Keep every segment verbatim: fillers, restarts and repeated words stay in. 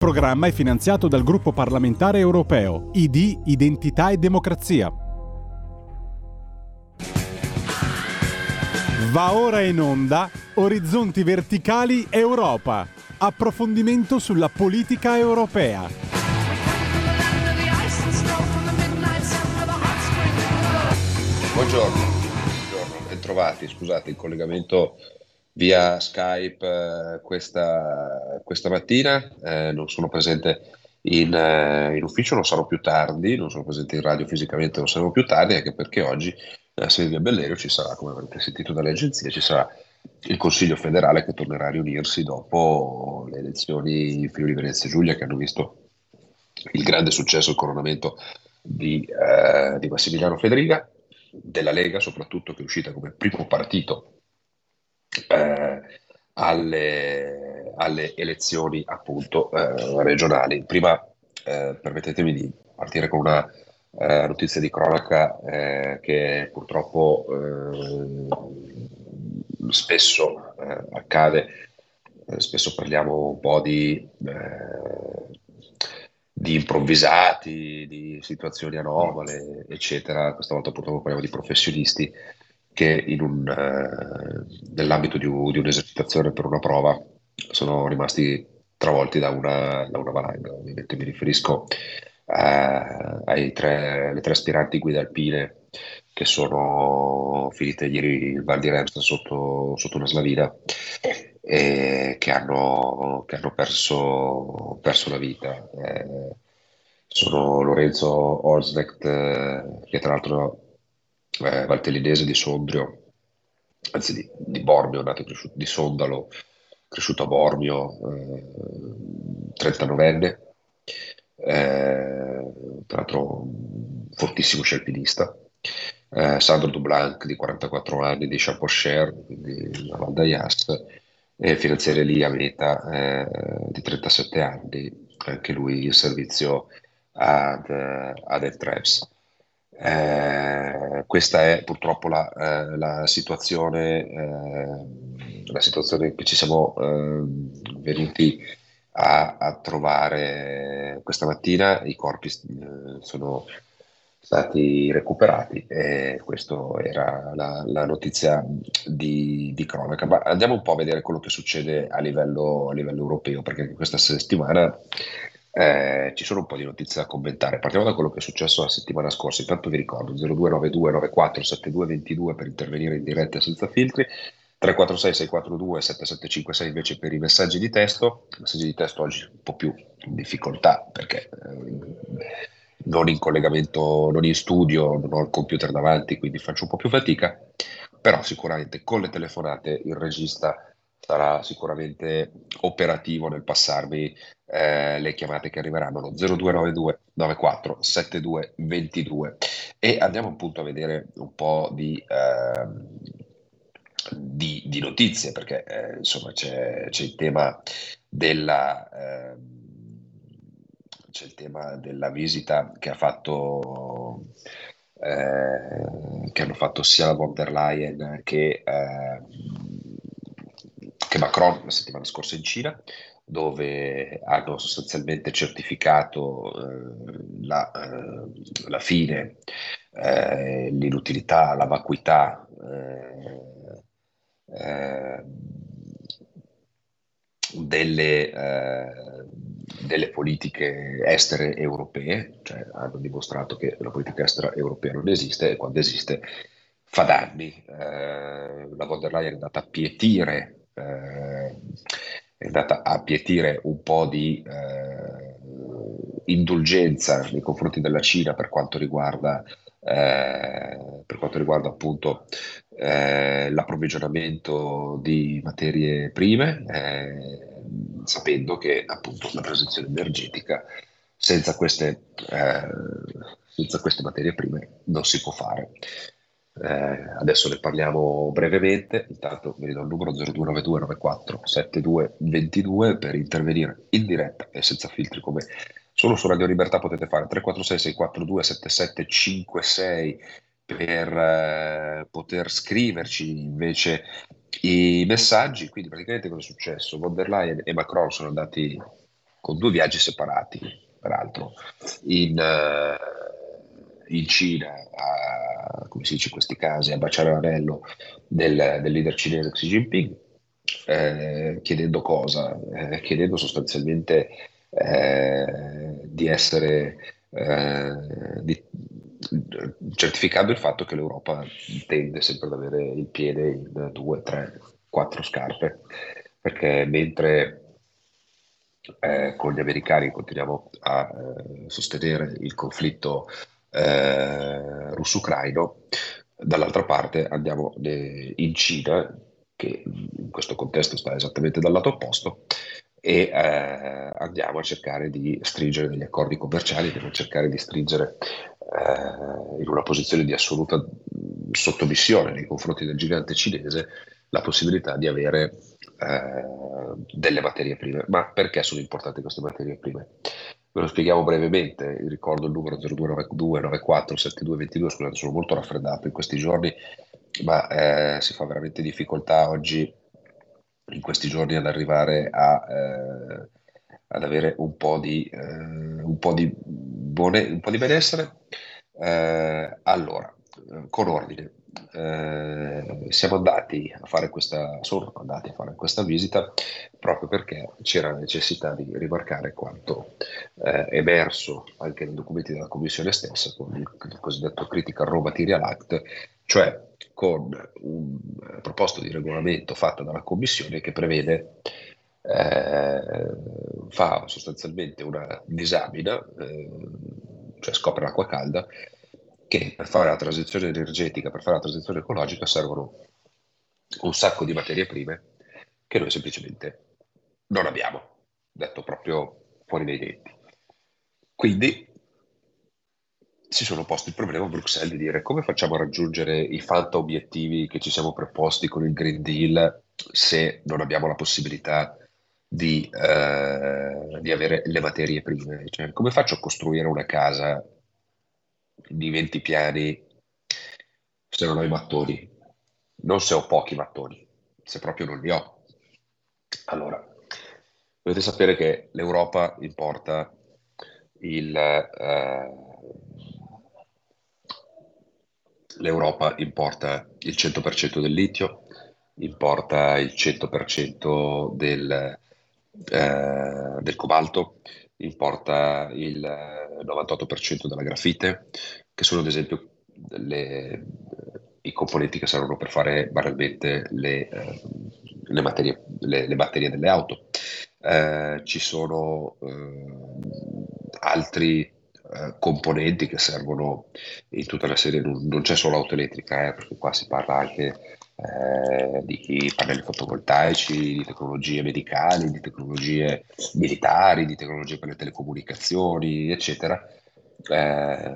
programma è finanziato dal gruppo parlamentare europeo I D, Identità e Democrazia. Va ora in onda Orizzonti Verticali Europa. Approfondimento sulla politica europea. Buongiorno, buongiorno, bentrovati. Scusate il collegamento via Skype eh, questa, questa mattina. Eh, non sono presente in, eh, in ufficio, lo sarò più tardi. Non sono presente in radio fisicamente, lo sarò più tardi, anche perché oggi a Silvia Bellerio ci sarà, come avrete sentito dalle agenzie, ci sarà il Consiglio federale che tornerà a riunirsi dopo le elezioni in Friuli Venezia Giulia, che hanno visto il grande successo, il coronamento di, eh, di Massimiliano Fedriga, della Lega soprattutto, che è uscita come primo partito eh, alle, alle elezioni appunto eh, regionali. Prima eh, permettetemi di partire con una eh, notizia di cronaca eh, che purtroppo eh, spesso eh, accade, eh, spesso parliamo un po' di, eh, di improvvisati, di situazioni anomale, eccetera. Questa volta purtroppo parliamo di professionisti che in un, eh, nell'ambito di, un- di un'esercitazione per una prova sono rimasti travolti da una, da una valanga. Ovviamente mi riferisco eh, ai tre, alle tre aspiranti guide alpine che sono finite ieri in Val di Remsa sotto, sotto una slavina e che hanno, che hanno perso, perso la vita. Eh, sono Lorenzo Olsnecht, eh, che tra l'altro è valtellinese di Sondrio, anzi di, di Bormio, nato e cresciuto di Sondalo, cresciuto a Bormio, eh, trentanovenne, eh, tra l'altro un fortissimo scialpinista. Eh, Sandro Dublanc di quarantaquattro anni di Champocher, quindi la Val d'Ayas, e finanziere Elia Meta eh, di trentasette anni, anche lui in servizio ad, eh, ad Entrepes. Eh, questa è purtroppo la, eh, la situazione, eh, la situazione che ci siamo eh, venuti a, a trovare questa mattina. I corpi eh, sono stati recuperati e questa era la, la notizia di, di cronaca. Ma andiamo un po' a vedere quello che succede a livello, a livello europeo, perché questa settimana eh, ci sono un po' di notizie da commentare. Partiamo da quello che è successo la settimana scorsa. Intanto vi ricordo zero due nove due nove quattro sette due due due per intervenire in diretta senza filtri, tre quattro sei sei quattro due sette sette cinque sei invece per i messaggi di testo. I messaggi di testo oggi un po' più in difficoltà perché eh, non in collegamento, non in studio, non ho il computer davanti, quindi faccio un po' più fatica, però sicuramente con le telefonate il regista sarà sicuramente operativo nel passarmi eh, le chiamate che arriveranno allo zero due nove due nove quattro sette due due due. E andiamo appunto a vedere un po' di, eh, di, di notizie, perché eh, insomma c'è, c'è il tema della eh, c'è il tema della visita che ha fatto eh, che hanno fatto sia la von der Leyen che, eh, che Macron la settimana scorsa in Cina, dove hanno sostanzialmente certificato eh, la, eh, la fine, eh, l'inutilità, la vacuità eh, eh, delle, eh, delle politiche estere europee, cioè hanno dimostrato che la politica estera europea non esiste e quando esiste fa danni. Eh, la von der Leyen è andata a pietire, eh, è andata a pietire un po' di eh, indulgenza nei confronti della Cina per quanto riguarda, eh, per quanto riguarda appunto eh, l'approvvigionamento di materie prime, eh, sapendo che appunto la transizione energetica senza queste, eh, senza queste materie prime non si può fare. Eh, adesso ne parliamo brevemente, intanto vi do il numero zero due nove due nove quattro sette due due due per intervenire in diretta e senza filtri, come solo su Radio Libertà potete fare. Tre quattro sei sei quattro due sette sette cinque sei per eh, poter scriverci invece i messaggi. Quindi praticamente cosa è successo? Von der Leyen e Macron sono andati con due viaggi separati, peraltro, in, eh, in Cina, a, come si dice in questi casi, a baciare l'anello del, del leader cinese Xi Jinping, eh, chiedendo cosa? Eh, chiedendo sostanzialmente eh, di essere, eh, di- certificando il fatto che l'Europa tende sempre ad avere il piede in due, tre, quattro scarpe, perché mentre eh, con gli americani continuiamo a eh, sostenere il conflitto eh, russo-ucraino, dall'altra parte andiamo eh, in Cina, che in questo contesto sta esattamente dal lato opposto, e eh, andiamo a cercare di stringere degli accordi commerciali, andiamo a cercare di stringere eh, in una posizione di assoluta mh, sottomissione nei confronti del gigante cinese la possibilità di avere eh, delle materie prime. Ma perché sono importanti queste materie prime? Ve lo spieghiamo brevemente, ricordo il numero zero due nove due nove quattro sette due due due, scusate, sono molto raffreddato in questi giorni, ma eh, si fa veramente difficoltà oggi, in questi giorni, ad arrivare a, eh, ad avere un po' di, eh, un po' di, buone- un po' di benessere. Eh, allora, eh, con ordine, eh, siamo andati a fare questa, sono andati a fare questa visita proprio perché c'era la necessità di rimarcare quanto eh, emerso anche nei documenti della Commissione stessa con il, il cosiddetto Critical Raw Material Act, cioè con un eh, proposta di regolamento fatta dalla Commissione che prevede, eh, fa sostanzialmente una disamina, eh, cioè scopre l'acqua calda, che per fare la transizione energetica, per fare la transizione ecologica servono un sacco di materie prime che noi semplicemente non abbiamo, detto proprio fuori dai denti. Quindi si sono posti il problema a Bruxelles di dire come facciamo a raggiungere i fanta obiettivi che ci siamo preposti con il Green Deal se non abbiamo la possibilità di, eh, di avere le materie prime. Cioè, come faccio a costruire una casa di venti piani se non ho i mattoni? Non se ho pochi mattoni, se proprio non li ho. Allora, dovete sapere che l'Europa importa il, eh, l'Europa importa il cento per cento del litio, importa il cento per cento del, eh, del cobalto, importa il novantotto per cento della grafite, che sono ad esempio le- i componenti che servono per fare banalmente le, eh, le materie, le, le batterie delle auto. Eh, ci sono eh, altri eh, componenti che servono in tutta la serie, non, non c'è solo auto elettrica, eh, perché qua si parla anche eh, di pannelli fotovoltaici, di tecnologie medicali, di tecnologie militari, di tecnologie per le telecomunicazioni, eccetera. Eh,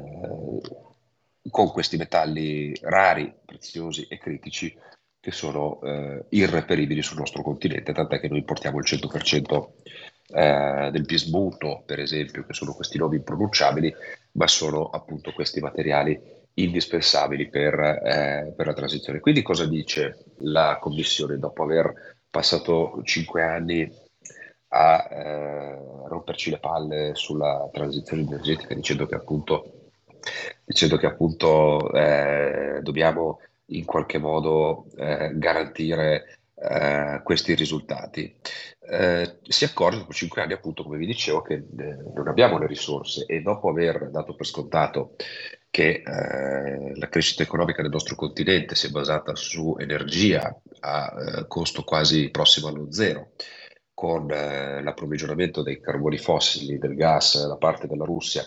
con questi metalli rari, preziosi e critici che sono eh, irreperibili sul nostro continente, tant'è che noi importiamo il cento per cento eh, del bismuto, per esempio, che sono questi nomi impronunciabili, ma sono appunto questi materiali indispensabili per, eh, per la transizione. Quindi cosa dice la Commissione dopo aver passato cinque anni a eh, romperci le palle sulla transizione energetica dicendo che appunto, dicendo che appunto eh, dobbiamo in qualche modo eh, garantire eh, questi risultati. Eh, si accorge dopo cinque anni, appunto, come vi dicevo, che eh, non abbiamo le risorse e dopo aver dato per scontato che eh, la crescita economica del nostro continente si è basata su energia a eh, costo quasi prossimo allo zero, con eh, l'approvvigionamento dei carboni fossili, del gas da parte della Russia,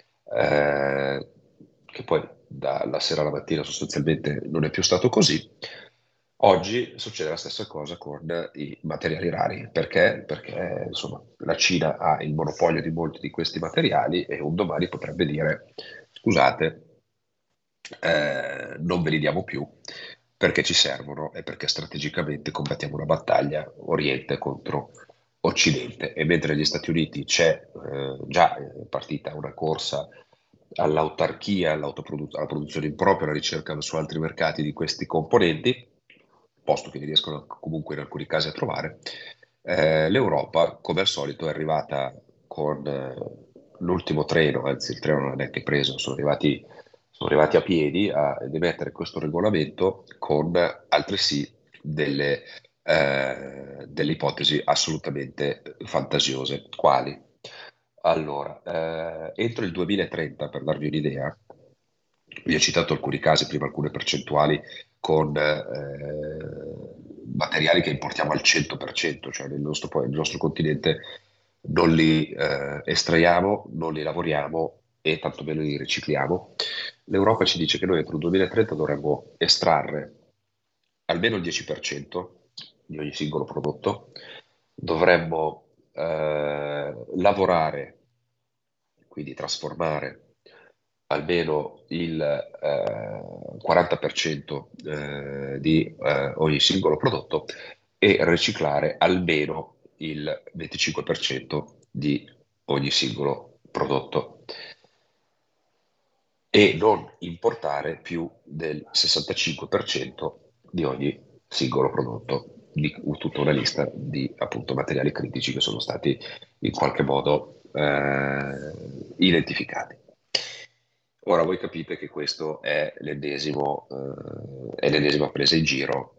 eh, che poi dalla sera alla mattina sostanzialmente non è più stato così. Oggi succede la stessa cosa con i materiali rari, perché? Perché insomma, la Cina ha il monopolio di molti di questi materiali e un domani potrebbe dire scusate, eh, non ve li diamo più perché ci servono e perché strategicamente combattiamo una battaglia Oriente contro Occidente. E mentre negli Stati Uniti c'è eh, già eh, partita una corsa all'autarchia, all'autoprodu- alla produzione in proprio, alla ricerca su altri mercati di questi componenti, posto che li riescono comunque in alcuni casi a trovare, eh, l'Europa, come al solito, è arrivata con eh, l'ultimo treno, anzi il treno non è neanche preso, sono arrivati, sono arrivati a piedi a- ad emettere questo regolamento con altresì delle, eh, delle ipotesi assolutamente fantasiose. Quali? Allora, eh, entro il duemilatrenta, per darvi un'idea, vi ho citato alcuni casi, prima alcune percentuali con eh, materiali che importiamo al cento per cento, cioè nel nostro, po- nel nostro continente non li eh, estraiamo, non li lavoriamo e tantomeno li ricicliamo. L'Europa ci dice che noi entro il duemilatrenta dovremmo estrarre almeno il dieci per cento di ogni singolo prodotto, dovremmo eh, lavorare, quindi trasformare almeno il eh, quaranta per cento eh, di eh, ogni singolo prodotto e riciclare almeno il venticinque per cento di ogni singolo prodotto e non importare più del sessantacinque per cento di ogni singolo prodotto, di tutta una lista di appunto materiali critici che sono stati in qualche modo eh, identificati. Ora voi capite che questo è l'ennesimo, eh, è l'ennesima presa in giro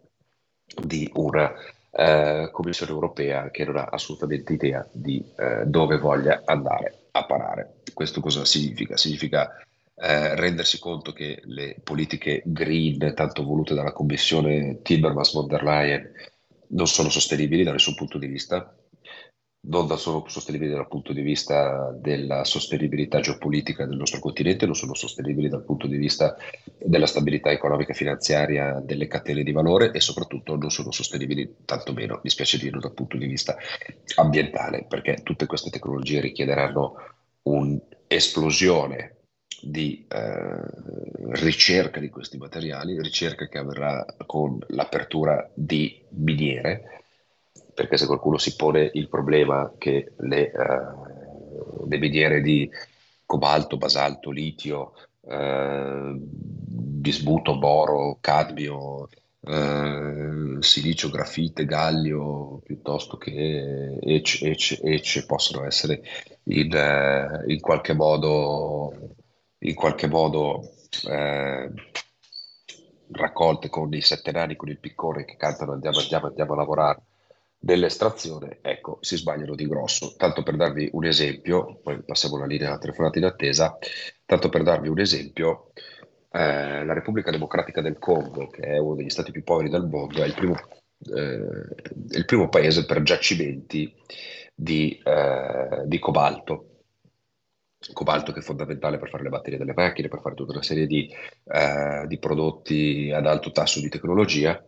di una eh, Commissione europea che non ha assolutamente idea di eh, dove voglia andare a parare. Questo cosa significa? Significa eh, rendersi conto che le politiche green, tanto volute dalla Commissione Timmermans-von der Leyen, non sono sostenibili da nessun punto di vista, non da solo sostenibili dal punto di vista della sostenibilità geopolitica del nostro continente, non sono sostenibili dal punto di vista della stabilità economica e finanziaria delle catene di valore e soprattutto non sono sostenibili, tantomeno, mi spiace dirlo, dal punto di vista ambientale, perché tutte queste tecnologie richiederanno un'esplosione di eh, ricerca di questi materiali, ricerca che avverrà con l'apertura di miniere, perché se qualcuno si pone il problema che le, eh, le miniere di cobalto, basalto, litio, eh, bismuto, boro, cadmio, eh, silicio, grafite, gallio, piuttosto che ece, ece, ece possono essere in, eh, in qualche modo, in qualche modo eh, raccolte con i sette nani, con il piccone che cantano andiamo, andiamo, andiamo a lavorare dell'estrazione, ecco, si sbagliano di grosso. Tanto per darvi un esempio, poi passiamo la linea alla telefonata in attesa, tanto per darvi un esempio, eh, la Repubblica Democratica del Congo, che è uno degli stati più poveri del mondo, è il primo, eh, è il primo paese per giacimenti di, eh, di cobalto. Cobalto che è fondamentale per fare le batterie delle macchine, per fare tutta una serie di, eh, di prodotti ad alto tasso di tecnologia.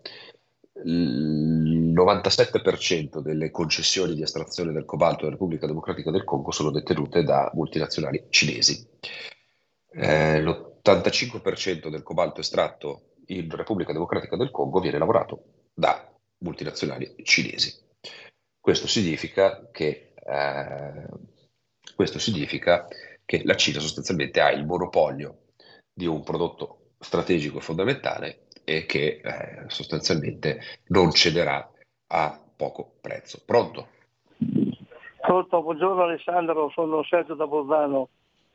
Il novantasette per cento delle concessioni di estrazione del cobalto della Repubblica Democratica del Congo sono detenute da multinazionali cinesi. Eh, l'ottantacinque per cento del cobalto estratto in Repubblica Democratica del Congo viene lavorato da multinazionali cinesi. Questo significa che, eh, questo significa che la Cina sostanzialmente ha il monopolio di un prodotto strategico e fondamentale e che eh, sostanzialmente non cederà a poco prezzo. Pronto? Pronto, buongiorno Alessandro, sono Sergio da Bolzano.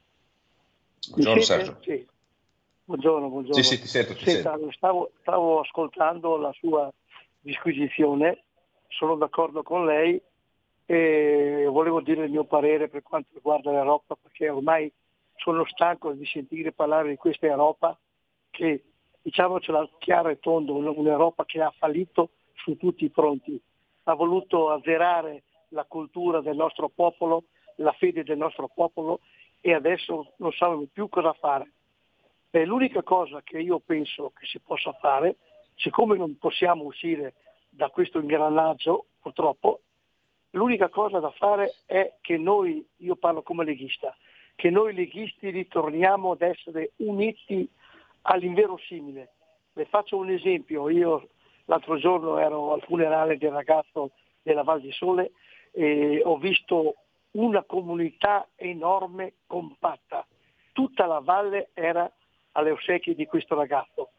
Mi Buongiorno sente? Sergio. Sì. Buongiorno, Sì, buongiorno. sì, ti sento, ti Senta, sento. stavo, stavo ascoltando la sua disquisizione, sono d'accordo con lei e volevo dire il mio parere per quanto riguarda l'Europa, perché ormai sono stanco di sentire parlare di questa Europa che, diciamocela chiaro e tondo, un'Europa che ha fallito su tutti i fronti. Ha voluto azzerare la cultura del nostro popolo, la fede del nostro popolo e adesso non sappiamo più cosa fare. E l'unica cosa che io penso che si possa fare, siccome non possiamo uscire da questo ingranaggio, purtroppo, l'unica cosa da fare è che noi, io parlo come leghista, che noi leghisti ritorniamo ad essere uniti all'inverosimile. Le faccio un esempio, io l'altro giorno ero al funerale del ragazzo della Val di Sole e ho visto una comunità enorme, compatta. Tutta la valle era alle ossequie di questo ragazzo.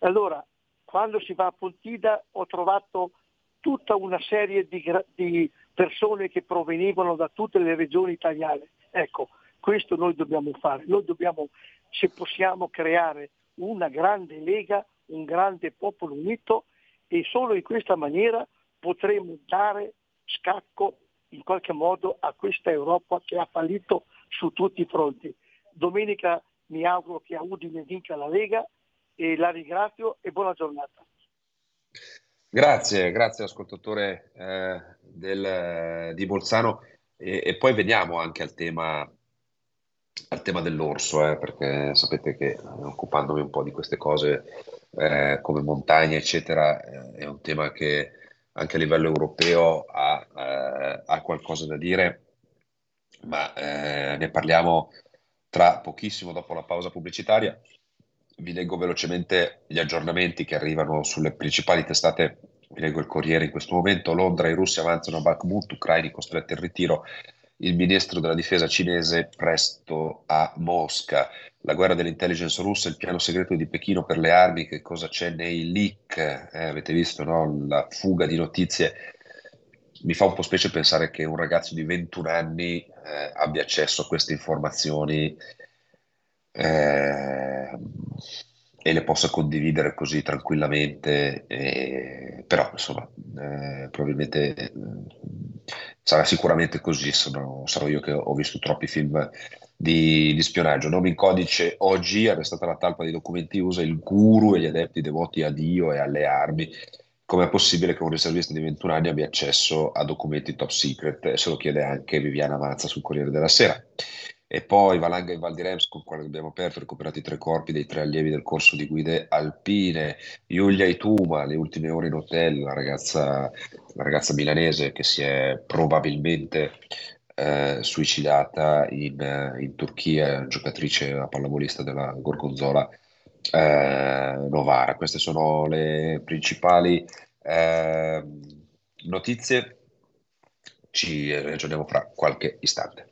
Allora, quando si va a Pontida ho trovato tutta una serie di, di persone che provenivano da tutte le regioni italiane. Ecco, questo noi dobbiamo fare, noi dobbiamo, se possiamo, creare una grande lega, un grande popolo unito, e solo in questa maniera potremo dare scacco in qualche modo a questa Europa che ha fallito su tutti i fronti. Domenica mi auguro che a Udine vinca la Lega, e la ringrazio e buona giornata. Grazie, grazie ascoltatore eh, del, di Bolzano, e, e poi veniamo anche al tema, al tema dell'orso, eh, perché sapete che, eh, occupandomi un po' di queste cose eh, come montagna eccetera, eh, è un tema che anche a livello europeo ha, eh, ha qualcosa da dire, ma eh, ne parliamo tra pochissimo dopo la pausa pubblicitaria. Vi leggo velocemente gli aggiornamenti che arrivano sulle principali testate. Vi leggo il Corriere in questo momento. Londra, i russi avanzano a Bakhmut, ucraini costretti al ritiro. Il ministro della difesa cinese presto a Mosca. La guerra dell'intelligence russa, il piano segreto di Pechino per le armi, che cosa c'è nei leak? Eh, avete visto, no? La fuga di notizie. Mi fa un po' specie pensare che un ragazzo di ventuno anni eh, abbia accesso a queste informazioni eh, e le possa condividere così tranquillamente, eh, però insomma eh, probabilmente eh, sarà sicuramente così. Sono, sarò io che ho visto troppi film di, di spionaggio. Nome in codice O G, arrestata la talpa di documenti U S A, il guru e gli adepti devoti a Dio e alle armi. Com'è possibile che un riservista di ventuno anni abbia accesso a documenti top secret? Se lo chiede anche Viviana Mazza sul Corriere della Sera. E poi Valanga e Val di Rems, con il quale abbiamo aperto, recuperati tre corpi dei tre allievi del corso di guide alpine. Giulia Ituma, le ultime ore in hotel, la ragazza, la ragazza milanese che si è probabilmente eh, suicidata in, in Turchia, giocatrice a pallavolista della Gorgonzola eh, Novara. Queste sono le principali eh, notizie. Ci ragioniamo fra qualche istante.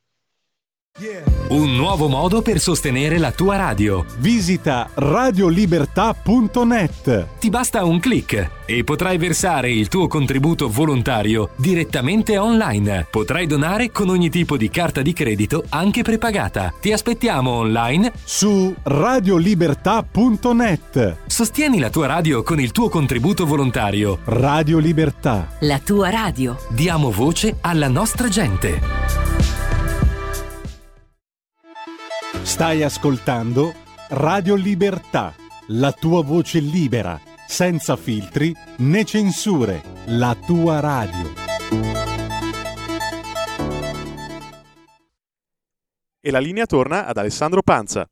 Un nuovo modo per sostenere la tua radio. Visita radiolibertà punto net. Ti basta un click e potrai versare il tuo contributo volontario direttamente online. Potrai donare con ogni tipo di carta di credito, anche prepagata. Ti aspettiamo online su radiolibertà punto net. Sostieni la tua radio con il tuo contributo volontario. Radio Libertà. La tua radio. Diamo voce alla nostra gente. Stai ascoltando Radio Libertà, la tua voce libera, senza filtri né censure, la tua radio. E la linea torna ad Alessandro Panza.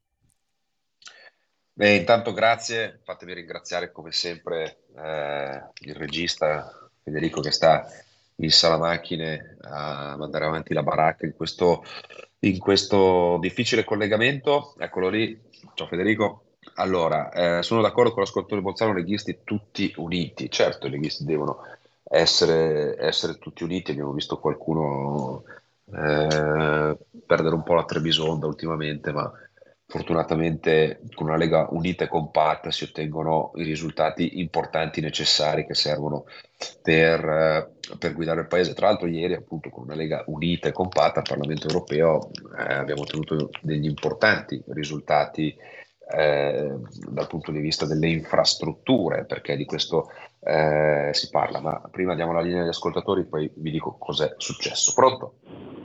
Beh, intanto grazie, fatemi ringraziare come sempre eh, il regista Federico che sta in sala macchine a mandare avanti la baracca in questo, in questo difficile collegamento. Eccolo lì, ciao Federico. Allora, eh, sono d'accordo con l'ascoltatore Bolzano, leghisti tutti uniti. Certo, i leghisti devono essere, essere tutti uniti. Abbiamo visto qualcuno eh, perdere un po' la Trebisonda ultimamente, ma fortunatamente con una Lega unita e compatta si ottengono i risultati importanti necessari che servono per, eh, per guidare il paese. Tra l'altro ieri appunto con una Lega unita e compatta al Parlamento europeo eh, abbiamo ottenuto degli importanti risultati eh, dal punto di vista delle infrastrutture, perché di questo eh, si parla. Ma prima diamo la linea agli ascoltatori, poi vi dico cos'è successo. Pronto?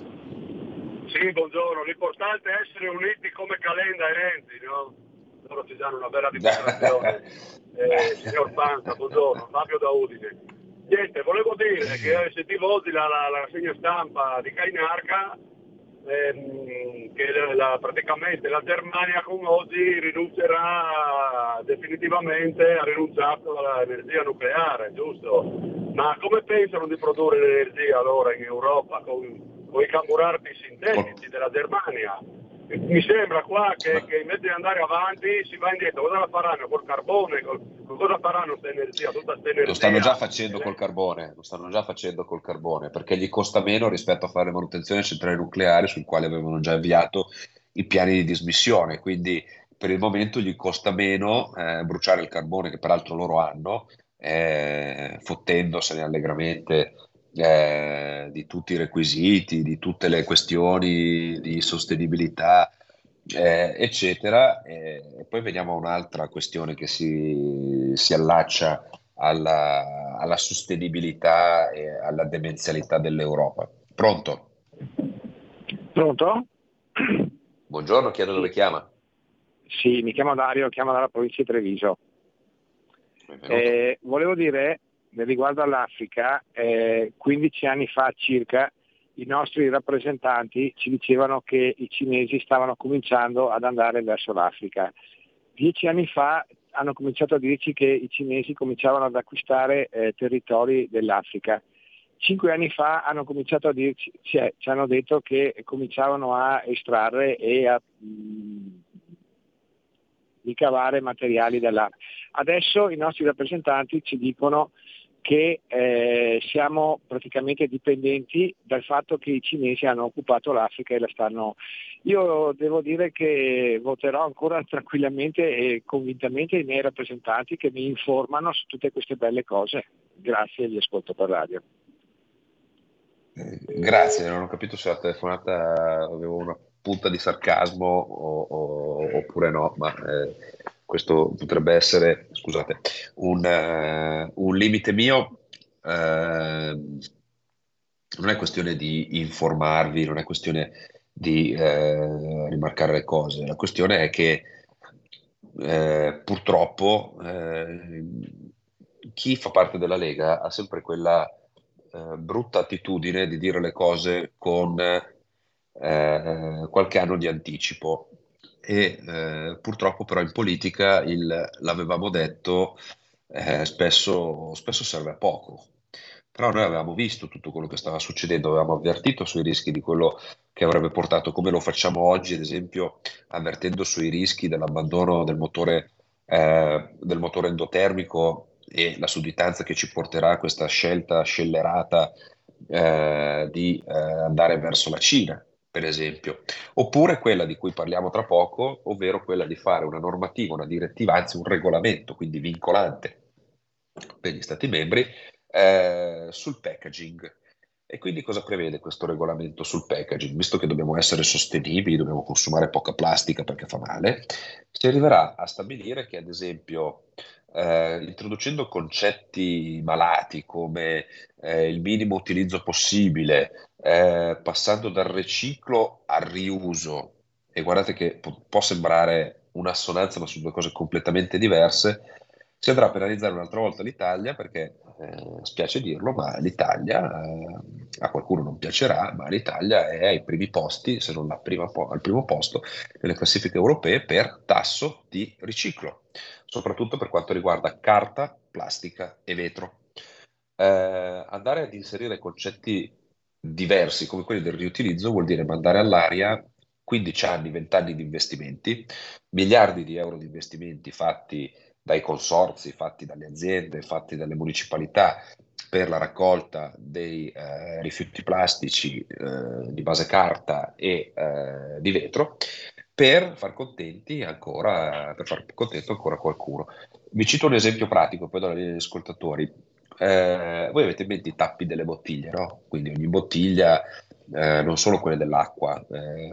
Sì, buongiorno. L'importante è essere uniti come Calenda e Renzi, no? Loro ci danno una bella dimostrazione. eh, signor Panza, buongiorno. Fabio da Udine. Niente, volevo dire che sentivo oggi la, la, la rassegna stampa di Cainarca, ehm, che la, la, praticamente la Germania con oggi rinuncerà definitivamente, ha rinunciato all'energia nucleare, giusto? Ma come pensano di produrre l'energia allora in Europa con con i carburanti sintetici della Germania? Mi sembra qua che, che invece di andare avanti si va indietro. Cosa la faranno col carbone? Col, cosa faranno questa energia? Tutta questa energia? Lo stanno già facendo col carbone, lo stanno già facendo col carbone, perché gli costa meno rispetto a fare manutenzione delle centrali nucleari, sul quale avevano già avviato i piani di dismissione. Quindi per il momento gli costa meno eh, bruciare il carbone, che peraltro loro hanno, eh, fottendosene allegramente eh, di tutti i requisiti, di tutte le questioni di sostenibilità, eh, eccetera. E, e poi veniamo a un'altra questione che si, si allaccia alla, alla sostenibilità e alla demenzialità dell'Europa. Pronto? Pronto? Buongiorno, chiedo dove Sì, chiama. sì, mi chiamo Dario, chiamo dalla provincia di Treviso. Benvenuto. Eh, volevo dire, riguardo all'Africa, eh, quindici anni fa circa, i nostri rappresentanti ci dicevano che i cinesi stavano cominciando ad andare verso l'Africa. Dieci anni fa hanno cominciato a dirci che i cinesi cominciavano ad acquistare eh, territori dell'Africa. Cinque anni fa hanno cominciato a dirci, cioè, ci hanno detto che cominciavano a estrarre e a mh, ricavare materiali dall'Africa. Adesso i nostri rappresentanti ci dicono che eh, siamo praticamente dipendenti dal fatto che i cinesi hanno occupato l'Africa e la stanno... Io devo dire che voterò ancora tranquillamente e convintamente i miei rappresentanti che mi informano su tutte queste belle cose. Grazie, vi ascolto per radio. Eh, Grazie, non ho capito se la telefonata avevo una punta di sarcasmo o- o- oppure no, ma eh, questo potrebbe essere, scusate, un, eh, un limite mio. Eh, non è questione di informarvi, non è questione di eh, rimarcare le cose, la questione è che eh, purtroppo eh, chi fa parte della Lega ha sempre quella eh, brutta attitudine di dire le cose con eh, qualche anno di anticipo e eh, purtroppo però in politica il l'avevamo detto eh, spesso, spesso serve a poco. Però noi avevamo visto tutto quello che stava succedendo, avevamo avvertito sui rischi di quello che avrebbe portato, come lo facciamo oggi, ad esempio, avvertendo sui rischi dell'abbandono del motore, eh, del motore endotermico e la sudditanza che ci porterà a questa scelta scellerata eh, di eh, andare verso la Cina, per esempio, oppure quella di cui parliamo tra poco, ovvero quella di fare una normativa, una direttiva, anzi un regolamento, quindi vincolante per gli Stati membri, eh, sul packaging. E quindi cosa prevede questo regolamento sul packaging? Visto che dobbiamo essere sostenibili, dobbiamo consumare poca plastica perché fa male, si arriverà a stabilire che, ad esempio, eh, introducendo concetti malati come eh, il minimo utilizzo possibile, eh, passando dal riciclo al riuso, e guardate che pu- può sembrare un'assonanza, ma sono due cose completamente diverse, si andrà a penalizzare un'altra volta l'Italia perché, eh, spiace dirlo, ma l'Italia, eh, a qualcuno non piacerà, ma l'Italia è ai primi posti, se non la prima po- al primo posto, nelle classifiche europee per tasso di riciclo, soprattutto per quanto riguarda carta, plastica e vetro. Eh, andare ad inserire concetti diversi come quelli del riutilizzo vuol dire mandare all'aria quindici anni, venti anni di investimenti, miliardi di euro di investimenti fatti dai consorzi, fatti dalle aziende, fatti dalle municipalità per la raccolta dei eh, rifiuti plastici eh, di base carta e eh, di vetro per far contenti ancora, per far contento ancora qualcuno. Vi cito un esempio pratico, poi do la linea agli ascoltatori. Eh, voi avete in mente i tappi delle bottiglie, no? Quindi ogni bottiglia, eh, non solo quelle dell'acqua, eh,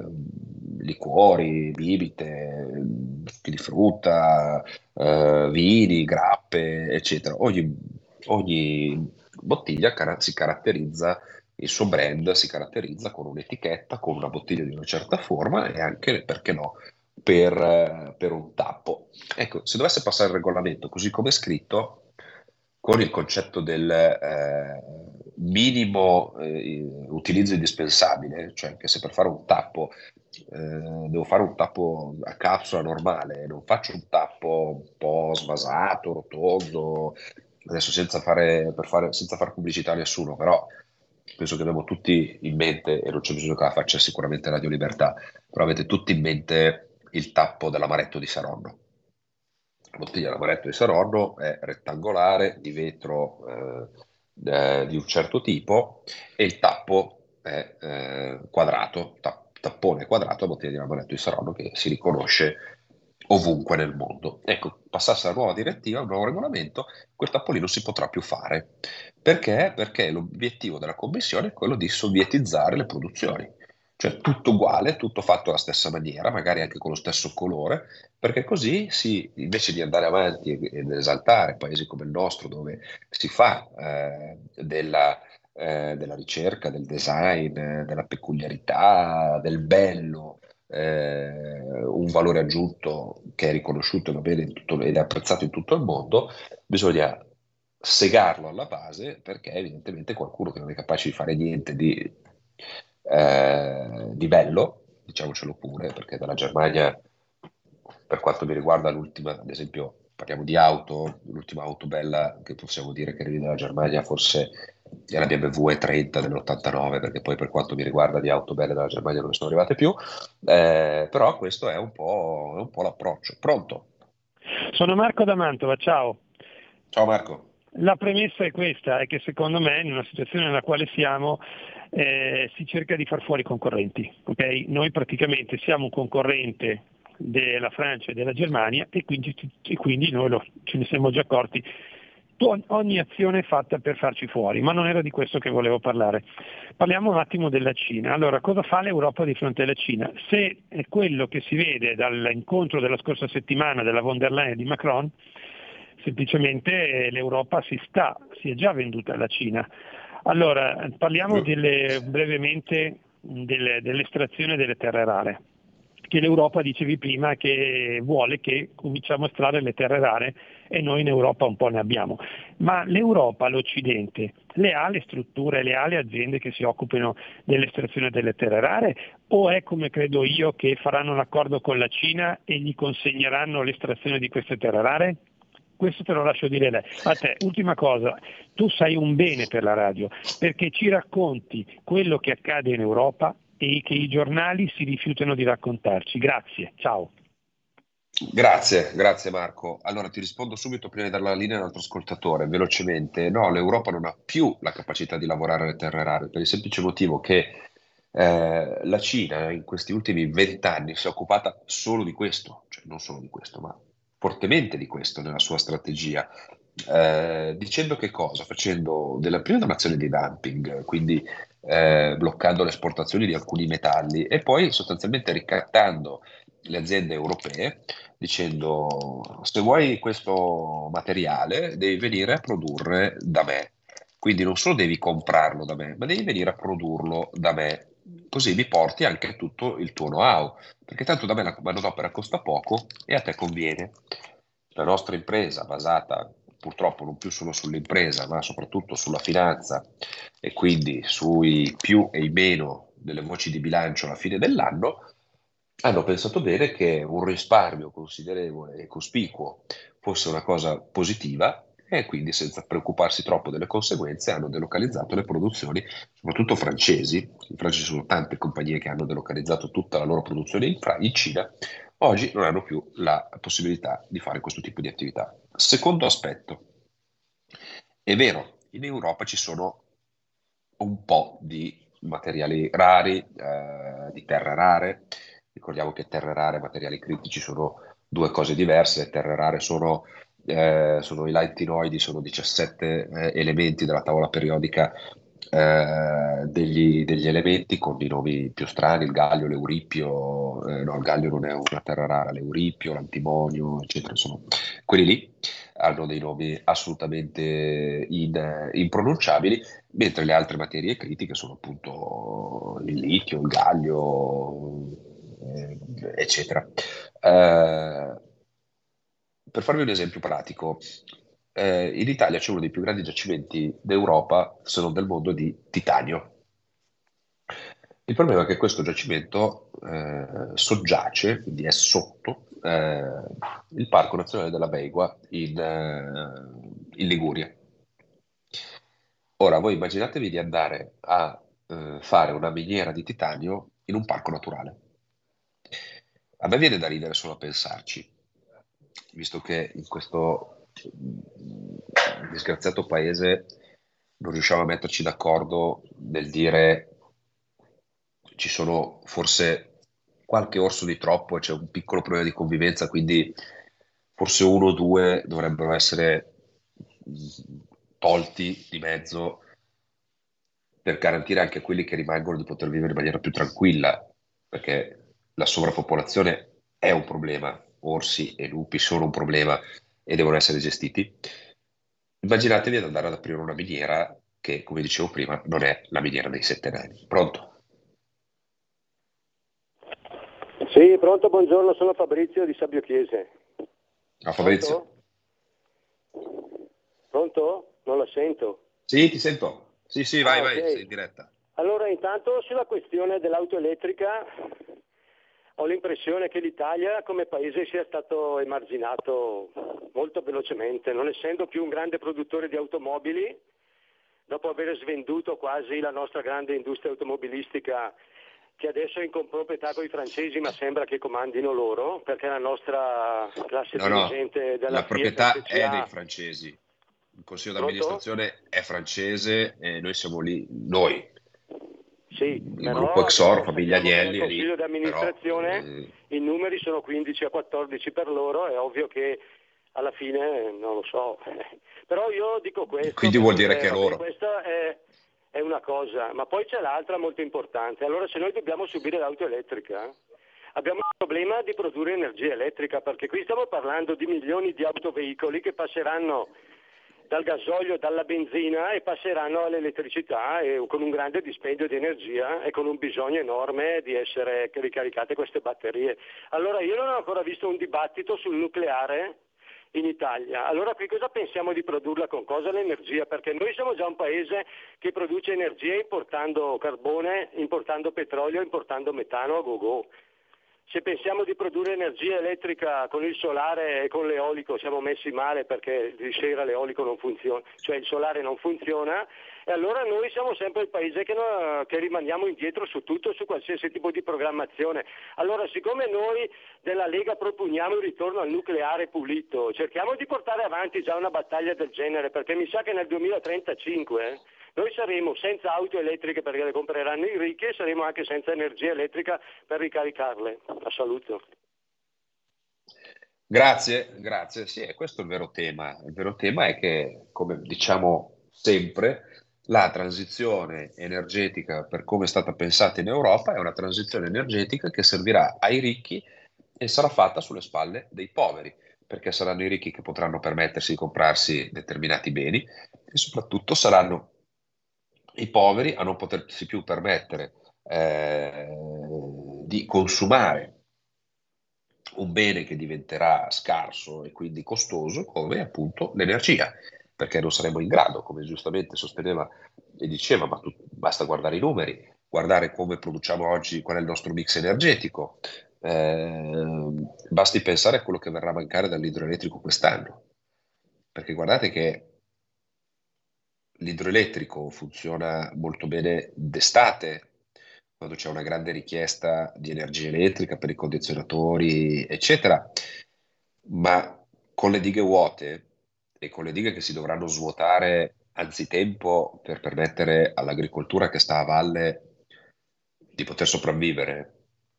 liquori, bibite, succhi di frutta, eh, vini, grappe, eccetera. Ogni, ogni bottiglia cara- si caratterizza, il suo brand si caratterizza con un'etichetta, con una bottiglia di una certa forma e anche, perché no, per, eh, per un tappo. Ecco, se dovesse passare il regolamento così come è scritto, con il concetto del eh, minimo eh, utilizzo indispensabile, cioè che se per fare un tappo eh, devo fare un tappo a capsula normale, non faccio un tappo un po' svasato, rotondo, adesso senza fare, per fare, senza fare pubblicità a nessuno, però penso che abbiamo tutti in mente, e non c'è bisogno che la faccia sicuramente Radio Libertà, però avete tutti in mente il tappo dell'amaretto di Saronno. La bottiglia dell'amaretto di Saronno è rettangolare, di vetro eh, eh, di un certo tipo e il tappo è eh, quadrato, ta- tappone quadrato, la bottiglia di amaretto di Saronno che si riconosce ovunque nel mondo. Ecco, passasse la nuova direttiva, il nuovo regolamento, quel tappolino non si potrà più fare. Perché? Perché l'obiettivo della Commissione è quello di sovietizzare le produzioni, cioè tutto uguale, tutto fatto alla stessa maniera, magari anche con lo stesso colore, perché così si, invece di andare avanti e- ed esaltare paesi come il nostro, dove si fa eh, della, eh, della ricerca, del design, eh, della peculiarità, del bello, eh, un valore aggiunto che è riconosciuto e va bene in tutto- ed è apprezzato in tutto il mondo, bisogna segarlo alla base perché evidentemente qualcuno che non è capace di fare niente di, eh, di bello, diciamocelo pure, perché dalla Germania, per quanto mi riguarda, l'ultima, ad esempio, parliamo di auto, l'ultima auto bella che possiamo dire che arrivi dalla Germania forse è la B M W E trenta dell'ottantanove, perché poi per quanto mi riguarda di auto belle dalla Germania non ne sono arrivate più. Eh, però questo è un po', è un po' l'approccio. Pronto? Sono Marco da Mantova, ciao. Ciao Marco. La premessa è questa, è che secondo me in una situazione nella quale siamo eh, si cerca di far fuori i concorrenti. Okay? Noi praticamente siamo un concorrente della Francia e della Germania e quindi, e quindi noi lo, ce ne siamo già accorti. Tu- Ogni azione è fatta per farci fuori, ma non era di questo che volevo parlare. Parliamo un attimo della Cina. Allora, cosa fa l'Europa di fronte alla Cina? Se è quello che si vede dall'incontro della scorsa settimana della von der Leyen e di Macron, semplicemente eh, l'Europa si sta, si è già venduta alla Cina. Allora, parliamo delle- brevemente delle- dell'estrazione delle terre rare, che l'Europa, dicevi prima, che vuole che cominciamo a estrarre le terre rare e noi in Europa un po' ne abbiamo. Ma l'Europa, l'Occidente, le ha le strutture, le ha le aziende che si occupino dell'estrazione delle terre rare, o è come credo io che faranno un accordo con la Cina e gli consegneranno l'estrazione di queste terre rare? Questo te lo lascio dire lei. A te, ultima cosa, tu sai un bene per la radio, perché ci racconti quello che accade in Europa e che i giornali si rifiutano di raccontarci. Grazie, ciao. Grazie, grazie Marco. Allora ti rispondo subito prima di dare la linea all'altro ascoltatore, velocemente. No, l'Europa non ha più la capacità di lavorare alle terre rare per il semplice motivo che eh, la Cina in questi ultimi vent'anni si è occupata solo di questo, cioè non solo di questo, ma fortemente di questo nella sua strategia. Eh, dicendo che cosa? Facendo della prima un'azione di dumping, quindi eh, bloccando le esportazioni di alcuni metalli e poi sostanzialmente ricattando le aziende europee dicendo se vuoi questo materiale devi venire a produrre da me, quindi non solo devi comprarlo da me, ma devi venire a produrlo da me, così mi porti anche tutto il tuo know-how, perché tanto da me la manodopera costa poco e a te conviene. La nostra impresa, basata purtroppo non più solo sull'impresa, ma soprattutto sulla finanza e quindi sui più e i meno delle voci di bilancio alla fine dell'anno, hanno pensato bene che un risparmio considerevole e cospicuo fosse una cosa positiva e quindi senza preoccuparsi troppo delle conseguenze hanno delocalizzato le produzioni, soprattutto francesi. In Francia ci sono tante compagnie che hanno delocalizzato tutta la loro produzione in, Fra- in Cina, oggi non hanno più la possibilità di fare questo tipo di attività. Secondo aspetto, è vero, in Europa ci sono un po' di materiali rari, eh, di terre rare. Ricordiamo che terre rare e materiali critici sono due cose diverse. Le terre rare sono, eh, sono i lantinoidi, sono diciassette eh, elementi della tavola periodica eh, degli, degli elementi con i nomi più strani, il gallio, l'euripio, eh, no, il gallio non è una terra rara, l'euripio, l'antimonio, eccetera, insomma, quelli lì hanno dei nomi assolutamente in- impronunciabili, mentre le altre materie critiche sono appunto il litio, il gallio, eh, eccetera. Eh, per farvi un esempio pratico, eh, in Italia c'è uno dei più grandi giacimenti d'Europa, se non del mondo, di titanio. Il problema è che questo giacimento eh, soggiace, quindi è sotto eh, il Parco Nazionale della Beigua in, eh, in Liguria. Ora, voi immaginatevi di andare a eh, fare una miniera di titanio in un parco naturale. A me viene da ridere solo a pensarci, visto che in questo mm, disgraziato paese non riusciamo a metterci d'accordo nel dire ci sono forse qualche orso di troppo e c'è un piccolo problema di convivenza, quindi forse uno o due dovrebbero essere tolti di mezzo per garantire anche a quelli che rimangono di poter vivere in maniera più tranquilla, perché la sovrappopolazione è un problema, orsi e lupi sono un problema e devono essere gestiti. Immaginatevi ad andare ad aprire una miniera che, come dicevo prima, non è la miniera dei sette nani. Pronto? Sì, pronto, buongiorno, sono Fabrizio di Sabbio Chiese. Ciao Fabrizio. Pronto? Pronto? Non la sento. Sì, ti sento. Sì, sì, vai, Ah, vai, ok. sei in diretta. Allora, intanto sulla questione dell'auto elettrica ho l'impressione che l'Italia come paese sia stato emarginato molto velocemente, non essendo più un grande produttore di automobili, dopo aver svenduto quasi la nostra grande industria automobilistica, che adesso è in comproprietà con i francesi, ma sembra che comandino loro, perché la nostra classe No, no, dirigente della la Fiat proprietà S C A... è dei francesi. Il consiglio Pronto? d'amministrazione è francese e noi siamo lì, noi, Sì, il però gruppo Exor, adesso famiglia sappiamo che Agnelli nel è lì, consiglio di però amministrazione eh, i numeri sono quindici a quattordici per loro, è ovvio che alla fine non lo so. Però io dico questo quindi per vuol dire dire, che è va bene, loro. questa è, è una cosa, ma poi c'è l'altra molto importante. Allora, se noi dobbiamo subire l'auto elettrica, abbiamo il problema di produrre energia elettrica, perché qui stiamo parlando di milioni di autoveicoli che passeranno dal gasolio, dalla benzina e passeranno all'elettricità e con un grande dispendio di energia e con un bisogno enorme di essere ricaricate queste batterie. Allora io non ho ancora visto un dibattito sul nucleare in Italia. Allora qui cosa pensiamo di produrla, con cosa l'energia? Perché noi siamo già un paese che produce energia importando carbone, importando petrolio, importando metano a go-go. Se pensiamo di produrre energia elettrica con il solare e con l'eolico siamo messi male, perché di sera l'eolico non funziona, cioè il solare non funziona, e allora noi siamo sempre il paese che, no, che rimaniamo indietro su tutto, su qualsiasi tipo di programmazione. Allora, siccome noi della Lega proponiamo il ritorno al nucleare pulito, cerchiamo di portare avanti già una battaglia del genere, perché mi sa che nel duemilatrentacinque eh, noi saremo senza auto elettriche perché le compreranno i ricchi e saremo anche senza energia elettrica per ricaricarle. La saluto. Grazie, grazie. Sì, questo è il vero tema. Il vero tema è che, come diciamo sempre, la transizione energetica, per come è stata pensata in Europa, è una transizione energetica che servirà ai ricchi e sarà fatta sulle spalle dei poveri, perché saranno i ricchi che potranno permettersi di comprarsi determinati beni e soprattutto saranno i poveri a non potersi più permettere eh, di consumare un bene che diventerà scarso e quindi costoso, come appunto l'energia, perché non saremo in grado, come giustamente sosteneva e diceva, ma tu, basta guardare i numeri, guardare come produciamo oggi, qual è il nostro mix energetico, eh, basti pensare a quello che verrà a mancare dall'idroelettrico quest'anno, perché guardate che l'idroelettrico funziona molto bene d'estate, quando c'è una grande richiesta di energia elettrica per i condizionatori, eccetera, ma con le dighe vuote e con le dighe che si dovranno svuotare anzitempo per permettere all'agricoltura che sta a valle di poter sopravvivere,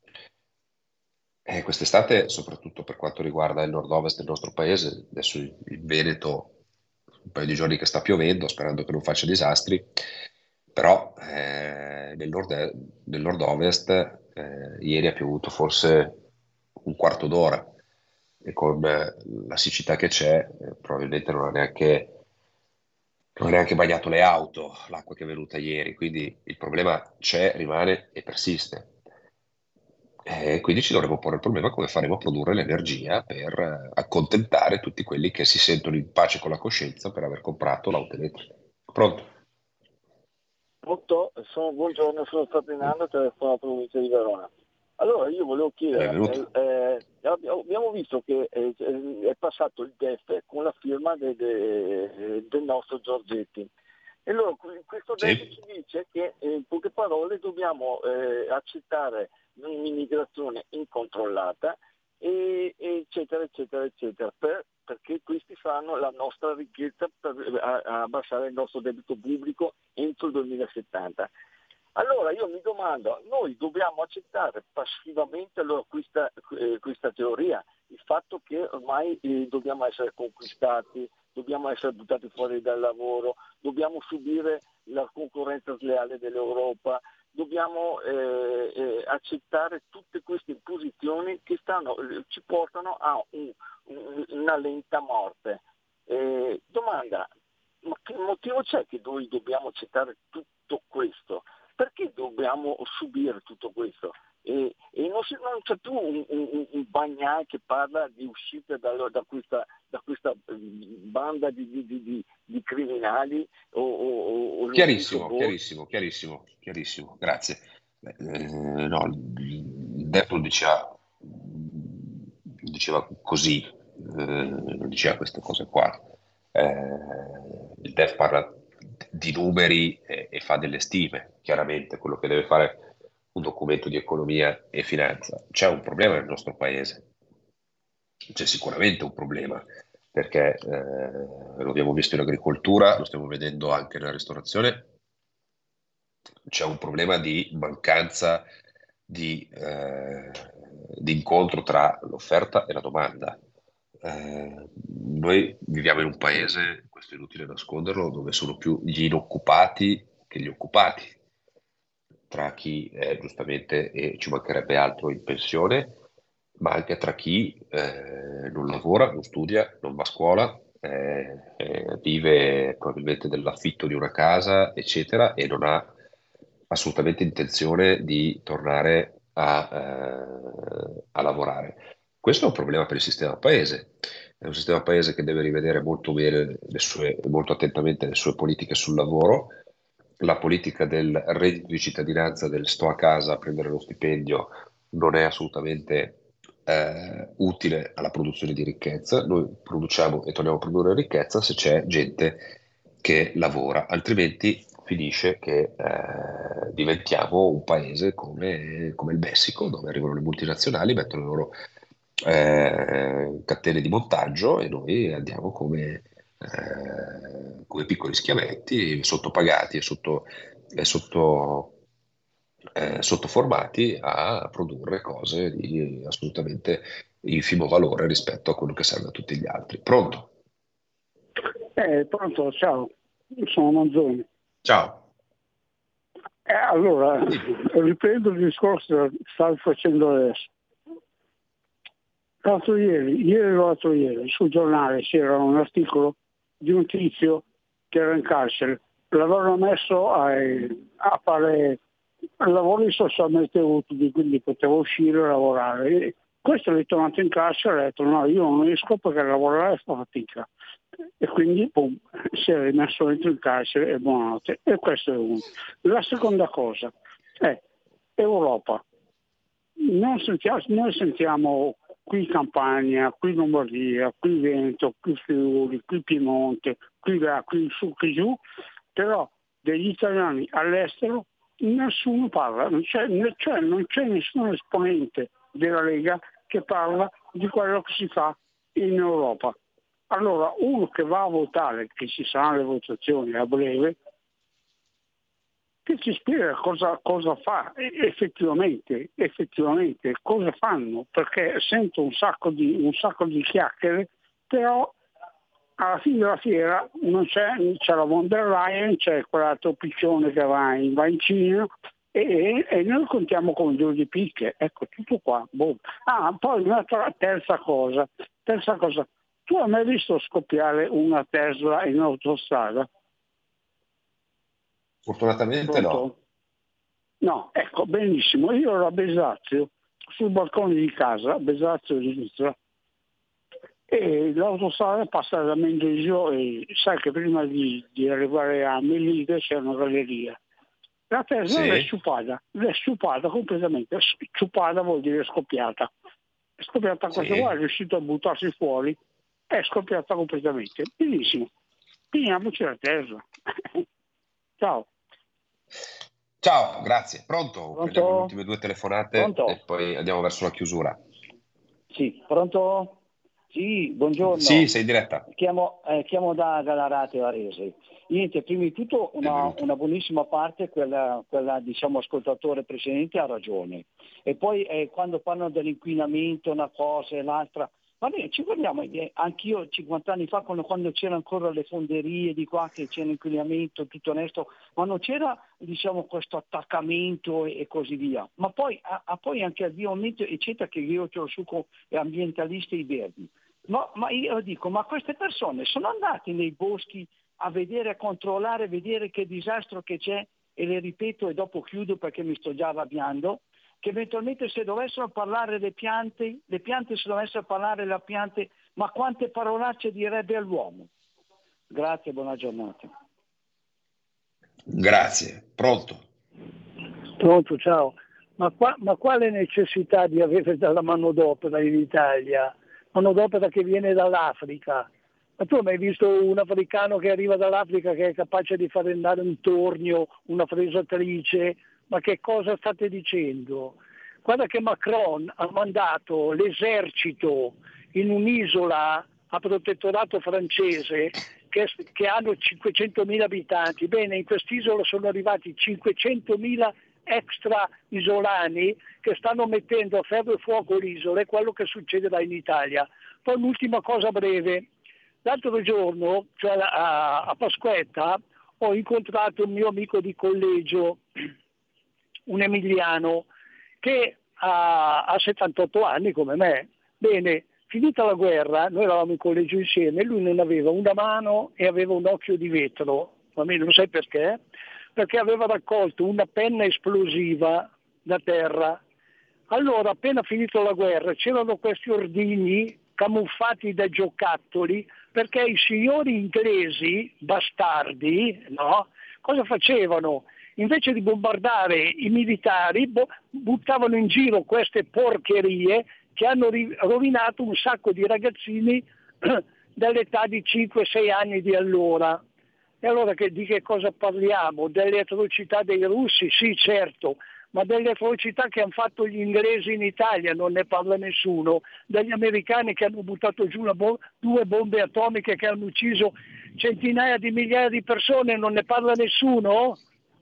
eh, quest'estate, soprattutto per quanto riguarda il nord-ovest del nostro paese, adesso in in Veneto un paio di giorni che sta piovendo, sperando che non faccia disastri, però eh, nel nord- nel nord-ovest eh, ieri ha piovuto forse un quarto d'ora e con eh, la siccità che c'è eh, probabilmente non ha neanche, non ha neanche bagnato le auto l'acqua che è venuta ieri, quindi il problema c'è, rimane e persiste. E quindi ci dovremo porre il problema come faremo a produrre l'energia per eh, accontentare tutti quelli che si sentono in pace con la coscienza per aver comprato l'auto elettrica. Pronto? Pronto? Sono, buongiorno, sono Ferdinando, telefono alla provincia di Verona. Allora io volevo chiedere, Benvenuto. eh, eh, abbiamo visto che eh, è passato il D E F con la firma de, de, del nostro Giorgetti. E allora questo D E F Sì. ci dice che eh, in poche parole dobbiamo eh, accettare un'immigrazione incontrollata, e, eccetera, eccetera, eccetera, per, perché questi faranno la nostra ricchezza per a, a abbassare il nostro debito pubblico entro il duemilasettanta. Allora io mi domando, noi dobbiamo accettare passivamente allora questa, eh, questa teoria, il fatto che ormai eh, dobbiamo essere conquistati, dobbiamo essere buttati fuori dal lavoro, dobbiamo subire la concorrenza sleale dell'Europa, dobbiamo eh, eh, accettare tutte queste imposizioni che stanno, eh, ci portano a un, un, una lenta morte. Eh, domanda, ma che motivo c'è che noi dobbiamo accettare tutto questo? Perché dobbiamo subire tutto questo? E, e non, si, non c'è più un, un, un Bagnai che parla di uscita da, da, questa, da questa banda di, di, di, di criminali o, o, o Chiarissimo, chiarissimo, chiarissimo, chiarissimo, grazie. Eh, no, il D E F lo diceva, diceva così, eh, non diceva queste cose qua. Eh, il D E F parla di numeri e, e fa delle stime, chiaramente quello che deve fare un documento di economia e finanza. C'è un problema nel nostro paese, c'è sicuramente un problema, perché eh, lo abbiamo visto in agricoltura, lo stiamo vedendo anche nella ristorazione, c'è un problema di mancanza di, eh, di incontro tra l'offerta e la domanda. Eh, noi viviamo in un paese, questo è inutile nasconderlo, dove sono più gli inoccupati che gli occupati, tra chi è giustamente, e ci mancherebbe altro, in pensione, ma anche tra chi eh, non lavora, non studia, non va a scuola, eh, eh, vive probabilmente dell'affitto di una casa, eccetera, e non ha assolutamente intenzione di tornare a, eh, a lavorare. Questo è un problema per il sistema paese. È un sistema paese che deve rivedere molto bene le sue, molto attentamente le sue politiche sul lavoro. La politica del reddito di cittadinanza, del sto a casa a prendere lo stipendio, non è assolutamente eh, utile alla produzione di ricchezza. Noi produciamo e torniamo a produrre ricchezza se c'è gente che lavora, altrimenti finisce che eh, diventiamo un paese come, come il Messico, dove arrivano le multinazionali, mettono le loro eh, catene di montaggio e noi andiamo come, eh, come piccoli schiavetti, sottopagati e, sotto, e sotto, eh, sottoformati a produrre cose di assolutamente infimo valore rispetto a quello che serve a tutti gli altri. Pronto? Eh, pronto, ciao, sono Manzoni. Ciao. Eh, allora, riprendo il discorso che stavi facendo adesso. L'altro ieri, ieri o l'altro ieri, sul giornale c'era un articolo di un tizio che era in carcere. L'avevano messo a, a fare lavori socialmente utili, quindi poteva uscire e lavorare. E questo è ritornato in carcere e ha detto no, io non riesco perché lavorare fa fatica. E quindi boom, si è rimesso dentro il carcere e buonanotte. E questo è uno. La seconda cosa è Europa. Non sentiamo, noi sentiamo qui Campania, qui Lombardia, qui Veneto, qui Friuli, qui Piemonte, qui là, qui su, qui giù, però degli italiani all'estero nessuno parla, non c'è, cioè non c'è nessun esponente della Lega che parla di quello che si fa in Europa. Allora uno che va a votare, che ci saranno le votazioni a breve, che ci spiega cosa, cosa fa effettivamente, effettivamente, cosa fanno, perché sento un sacco di, un sacco di chiacchiere, però alla fine della fiera non c'è, c'è la von der Leyen, c'è quell'altro piccione che va in, va in Cina e, e noi contiamo con due di picche, ecco tutto qua. Boh. Ah, poi un'altra terza cosa, terza cosa, tu hai mai visto scoppiare una Tesla in autostrada? Fortunatamente Pronto? No. No, ecco, benissimo. Io ero a Besazio, sul balcone di casa, Besazio di Svizzera, e l'autostrada passa da Mendrisio e sai che prima di, di arrivare a Melide c'è una galleria. La Tesla Sì. è sciupata, è sciupata completamente. Sciupata vuol dire scoppiata. È scoppiata questa Sì. qua, è riuscito a buttarsi fuori, è scoppiata completamente. Benissimo. Finiamoci la Tesla. Ciao. Ciao, grazie. Pronto? Pronto? Prendiamo le ultime due telefonate Pronto? e poi andiamo verso la chiusura. Sì, pronto? Sì, buongiorno. Sì, sei in diretta. Chiamo, eh, chiamo da Galarate Varese. Niente, prima di tutto una, una buonissima parte, quella, quella diciamo ascoltatore precedente ha ragione. E poi eh, quando parlano dell'inquinamento una cosa e l'altra, va bene, ci guardiamo, eh, anch'io cinquanta anni fa quando, quando c'erano ancora le fonderie di qua che c'era inquinamento, tutto onesto, ma non c'era diciamo questo attaccamento e, e così via. Ma poi ha, ha poi anche il momento eccetera che io ce lo su con gli ambientalisti e i verdi. No, ma io dico, ma queste persone sono andate nei boschi a vedere, a controllare, a vedere che disastro che c'è, e le ripeto e dopo chiudo perché mi sto già arrabbiando, che eventualmente se dovessero parlare le piante, le piante se dovessero parlare le piante, ma quante parolacce direbbe all'uomo? Grazie, buona giornata. Grazie, pronto? Pronto, ciao. Ma, qua, ma quale necessità di avere della manodopera in Italia? Manodopera che viene dall'Africa. Ma tu hai mai visto un africano che arriva dall'Africa che è capace di fare andare un tornio, una fresatrice? Ma che cosa state dicendo? Guarda che Macron ha mandato l'esercito in un'isola a protettorato francese che, che hanno cinquecentomila abitanti. Bene, in quest'isola sono arrivati cinquecentomila extra isolani che stanno mettendo a ferro e fuoco l'isola, è quello che succederà in Italia. Poi un'ultima cosa breve. L'altro giorno, cioè a, a Pasquetta, ho incontrato un mio amico di collegio, un emiliano, che ha, ha settantotto anni come me. Bene, finita la guerra, noi eravamo in collegio insieme, lui non aveva una mano e aveva un occhio di vetro. Va bene, non sai perché? Perché aveva raccolto una penna esplosiva da terra. Allora, appena finito la guerra, c'erano questi ordigni camuffati da giocattoli, perché i signori inglesi, bastardi, no? Cosa facevano? Invece di bombardare i militari, bo- buttavano in giro queste porcherie che hanno ri- rovinato un sacco di ragazzini dell'età di cinque sei anni di allora. E allora che, di che cosa parliamo? Delle atrocità dei russi? Sì, certo, ma delle atrocità che hanno fatto gli inglesi in Italia non ne parla nessuno, degli americani che hanno buttato giù bo- due bombe atomiche che hanno ucciso centinaia di migliaia di persone, non ne parla nessuno?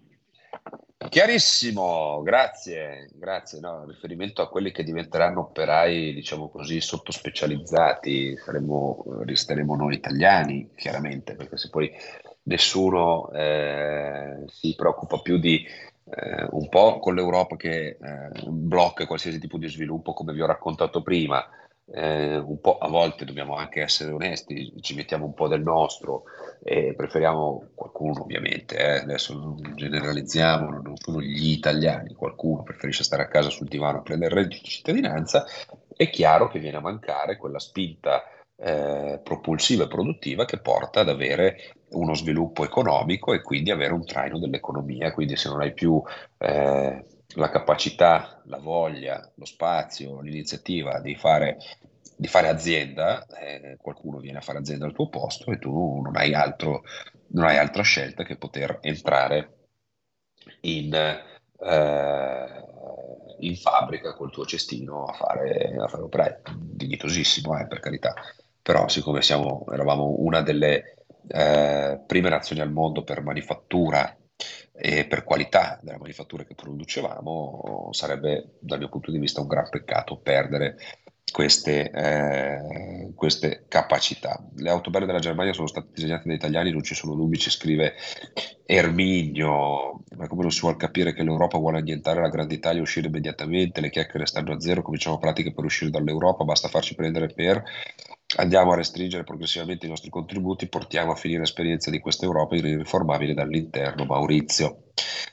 Chiarissimo, grazie, grazie. No, riferimento a quelli che diventeranno operai, diciamo così, sottospecializzati, saremo, resteremo noi italiani, chiaramente, perché se poi nessuno eh, si preoccupa più di eh, un po' con l'Europa che eh, blocca qualsiasi tipo di sviluppo, come vi ho raccontato prima. Eh, un po' a volte dobbiamo anche essere onesti, ci mettiamo un po' del nostro e preferiamo qualcuno, ovviamente, eh, adesso non generalizziamo, non sono gli italiani, qualcuno preferisce stare a casa sul divano a prendere il reddito di cittadinanza. È chiaro che viene a mancare quella spinta eh, propulsiva e produttiva che porta ad avere uno sviluppo economico e quindi avere un traino dell'economia. Quindi se non hai più eh, la capacità, la voglia, lo spazio, l'iniziativa di fare, di fare azienda, eh, qualcuno viene a fare azienda al tuo posto e tu non hai altro, non hai altra scelta che poter entrare in, eh, in fabbrica col tuo cestino a fare, a fare operaio. Dignitosissimo, eh, per carità. Però siccome siamo, eravamo una delle eh, prime nazioni al mondo per manifattura e per qualità della manifattura che producevamo, sarebbe dal mio punto di vista un gran peccato perdere queste, eh, queste capacità. Le auto belle della Germania sono state disegnate da italiani, non ci sono dubbi, ci scrive Erminio. Ma come non si vuol capire che l'Europa vuole annientare la Grande Italia e uscire immediatamente, le chiacchiere stanno a zero, cominciamo pratiche per uscire dall'Europa, basta farci prendere per... Andiamo a restringere progressivamente i nostri contributi, portiamo a finire l'esperienza di questa Europa irriformabile dall'interno. Maurizio.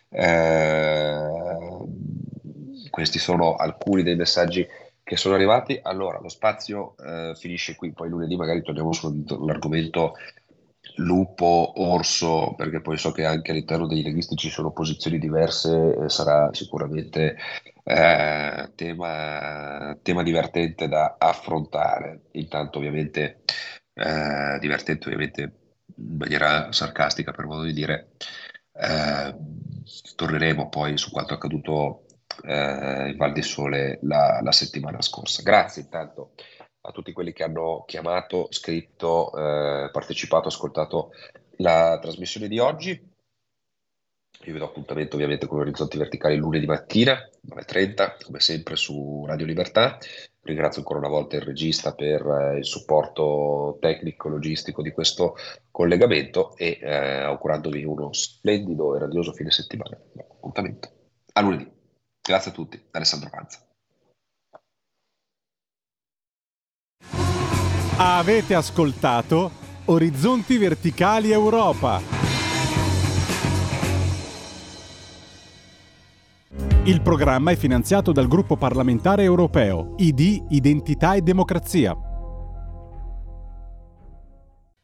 Eh, questi sono alcuni dei messaggi che sono arrivati. Allora, lo spazio eh, finisce qui, poi lunedì magari torniamo sull'argomento lupo, orso, perché poi so che anche all'interno dei leghisti ci sono posizioni diverse, eh, sarà sicuramente eh, tema, tema divertente da affrontare. Intanto ovviamente eh, divertente ovviamente in maniera sarcastica, per modo di dire, eh, torneremo poi su quanto accaduto eh, in Val di Sole la, la settimana scorsa. Grazie intanto a tutti quelli che hanno chiamato, scritto, eh, partecipato, ascoltato la trasmissione di oggi. Io vi do appuntamento ovviamente con Orizzonti Verticali lunedì mattina, nove e trenta, come sempre su Radio Libertà. Ringrazio ancora una volta il regista per eh, il supporto tecnico e logistico di questo collegamento e eh, augurandovi uno splendido e radioso fine settimana. Appuntamento a lunedì. Grazie a tutti, Alessandro Panza. Avete ascoltato Orizzonti Verticali Europa. Il programma è finanziato dal gruppo parlamentare europeo I D Identità e Democrazia.